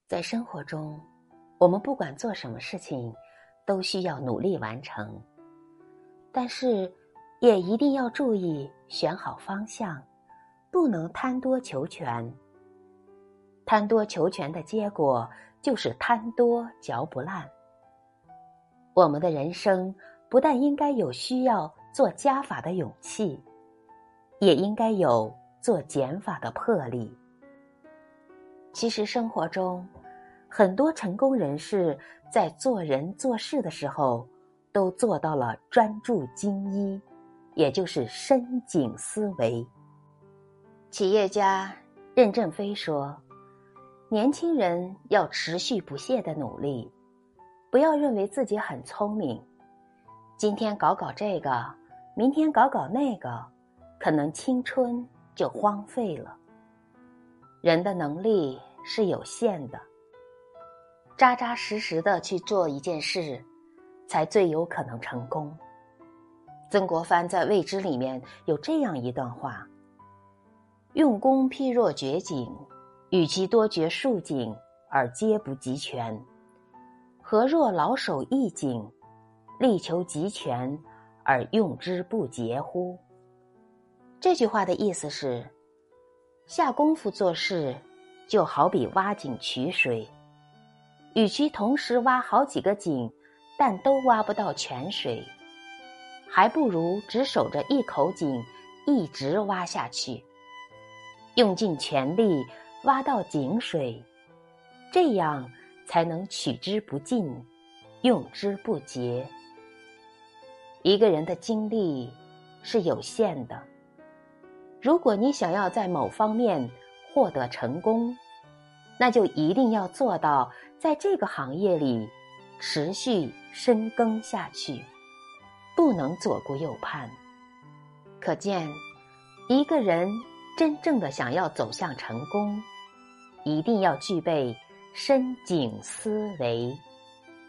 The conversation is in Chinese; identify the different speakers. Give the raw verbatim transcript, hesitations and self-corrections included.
Speaker 1: 在生活中，我们不管做什么事情，都需要努力完成，但是也一定要注意选好方向，不能贪多求全。贪多求全的结果就是贪多嚼不烂。我们的人生不但应该有需要做加法的勇气，也应该有做减法的魄力。其实生活中，很多成功人士在做人做事的时候，都做到了专注精一，也就是深井思维。企业家任正非说，年轻人要持续不懈地努力，不要认为自己很聪明，今天搞搞这个，明天搞搞那个，可能青春就荒废了。人的能力是有限的，扎扎实实的去做一件事，才最有可能成功。曾国藩在《未知》里面有这样一段话：用功譬若掘井，与其多掘数井而皆不及全，何若老守一井，力求极全而用之不竭乎？这句话的意思是，下功夫做事就好比挖井取水，与其同时挖好几个井，但都挖不到泉水，还不如只守着一口井一直挖下去，用尽全力挖到井水，这样才能取之不尽，用之不竭。一个人的精力是有限的，如果你想要在某方面获得成功，那就一定要做到在这个行业里持续深耕下去，不能左顾右盼。可见，一个人真正的想要走向成功，一定要具备深井思维。